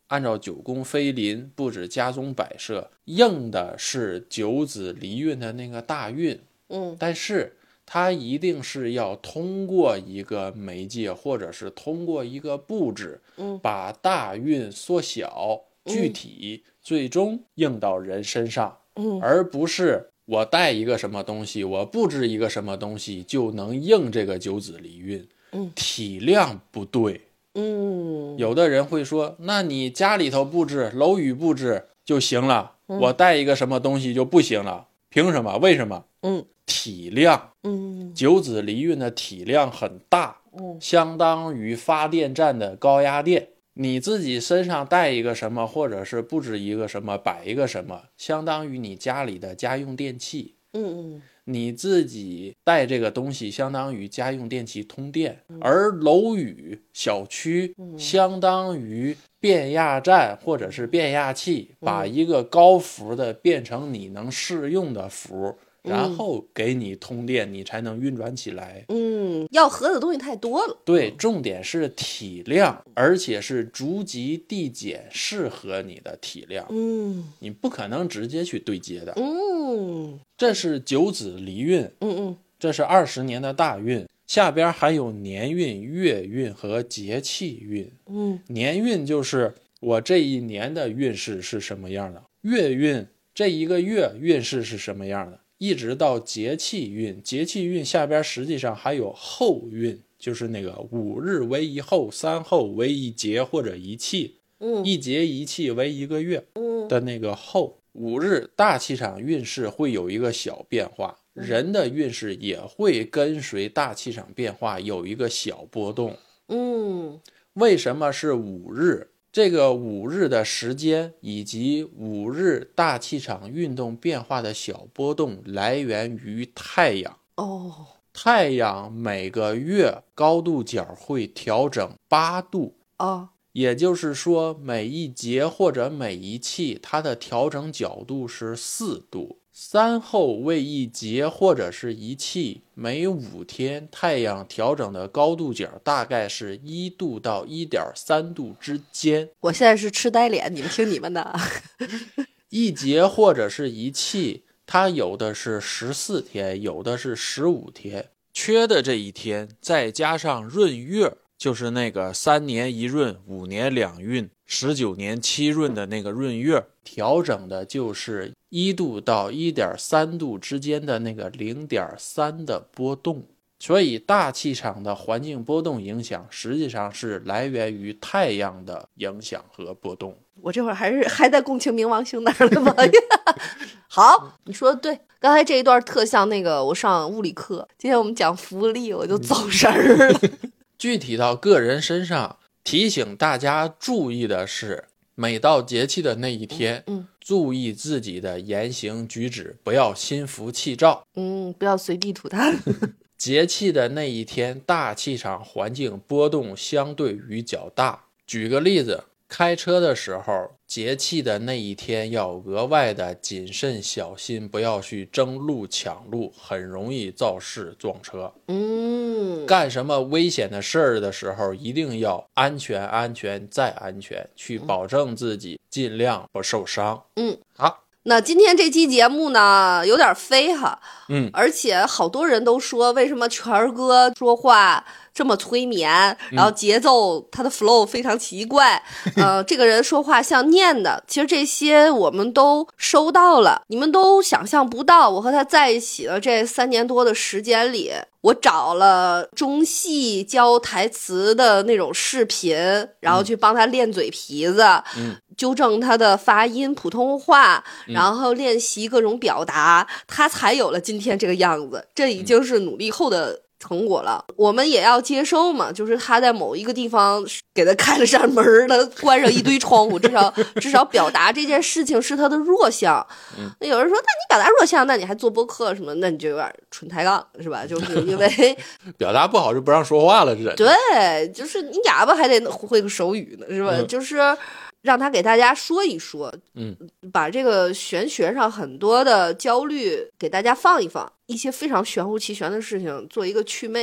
按照九宫飞临布置家中摆设，应的是九子离运的那个大运。但是它一定是要通过一个媒介，或者是通过一个布置，把大运缩小具体，最终应到人身上，而不是我带一个什么东西，我布置一个什么东西就能应这个九子离运，体量不对。有的人会说，那你家里头布置楼宇布置就行了，我带一个什么东西就不行了，凭什么？为什么？体量，九子离运的体量很大，相当于发电站的高压电。你自己身上带一个什么，或者是布置一个什么，摆一个什么，相当于你家里的家用电器。你自己带这个东西相当于家用电器通电，而楼宇小区相当于变压站或者是变压器，把一个高伏的变成你能适用的伏，然后给你通电，你才能运转起来。 要合的东西太多了。 对，重点是体量，而且是逐级递减适合你的体量。你不可能直接去对接的。这是九子离运。这是20年的大运，下边还有年运、月运和节气运。年运就是我这一年的运势是什么样的，月运这一个月运势是什么样的，一直到节气运。节气运下边实际上还有后运，就是那个5日为一后，3后为一节或者一气，一节一气为一个月的那个后。5日大气场运势会有一个小变化，人的运势也会跟随大气场变化有一个小波动。为什么是5日？这个5日的时间以及5日大气场运动变化的小波动来源于太阳。太阳每个月高度角会调整8度。也就是说每一节或者每一气它的调整角度是4度。3后为一节或者是一气，每5天太阳调整的高度角大概是1度到 1.3 度之间。 我现在是痴呆脸，你们听你们的。 一节或者是一气，它有的是14天，有的是15天，缺的这一天再加上闰月，就是那个3年1闰5年2运19年7闰的那个闰月，调整的就是1度到 1.3 度之间的那个 0.3 的波动。所以大气场的环境波动影响实际上是来源于太阳的影响和波动。 我这会儿还在共情冥王星那儿了吗？好，你说的对。刚才这一段特像那个我上物理课，今天我们讲浮力我就走神儿了。 具体到个人身上，提醒大家注意的是，每到节气的那一天，注意自己的言行举止，不要心浮气躁， 不要随地吐痰。 节气的那一天，大气场环境波动相对于较大。举个例子，开车的时候，节气的那一天要额外的谨慎小心，不要去争路抢路，很容易肇事撞车。干什么危险的事儿的时候，一定要安全再安全，去保证自己尽量不受伤。好， 那今天这期节目呢有点飞哈，而且好多人都说为什么权儿哥说话这么催眠，然后节奏他的 flow 非常奇怪，这个人说话像念的，其实这些我们都收到了，你们都想象不到，我和他在一起的这3年多的时间里，我找了中戏教台词的那种视频，然后去帮他练嘴皮子，纠正他的发音普通话，然后练习各种表达，他才有了今天这个样子，这已经是努力后的成果了。我们也要接受嘛，就是他在某一个地方给他开了扇门，他关上一堆窗户，至少表达这件事情是他的弱项。那有人说，那你表达弱项，那你还做播客什么？那你就有点纯抬杠是吧？就是因为表达不好就不让说话了，这对，就是你哑巴还得会个手语呢，是吧？就是让他给大家说一说，把这个玄学上很多的焦虑给大家放一放，一些非常玄乎其玄的事情做一个祛魅，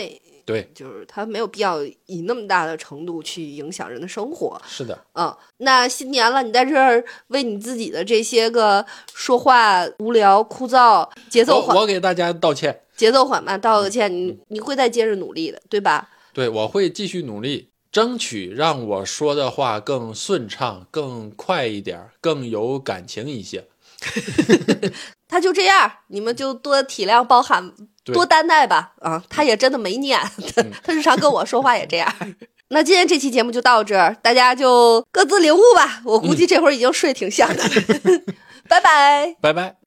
对， 就是它没有必要以那么大的程度去影响人的生活。 是的， 那新年了，你在这儿为你自己的这些个说话无聊、枯燥、节奏缓， 我给大家道歉， 节奏缓慢，道个歉，你会再接着努力的，对吧？ 对，我会继续努力，争取让我说的话更顺畅、更快一点、更有感情一些。 他就这样，你们就多体谅包涵，多担待吧。他也真的没念，他日常跟我说话也这样。那今天这期节目就到这儿，大家就各自领悟吧。我估计这会儿已经睡挺香的。拜拜， 拜拜。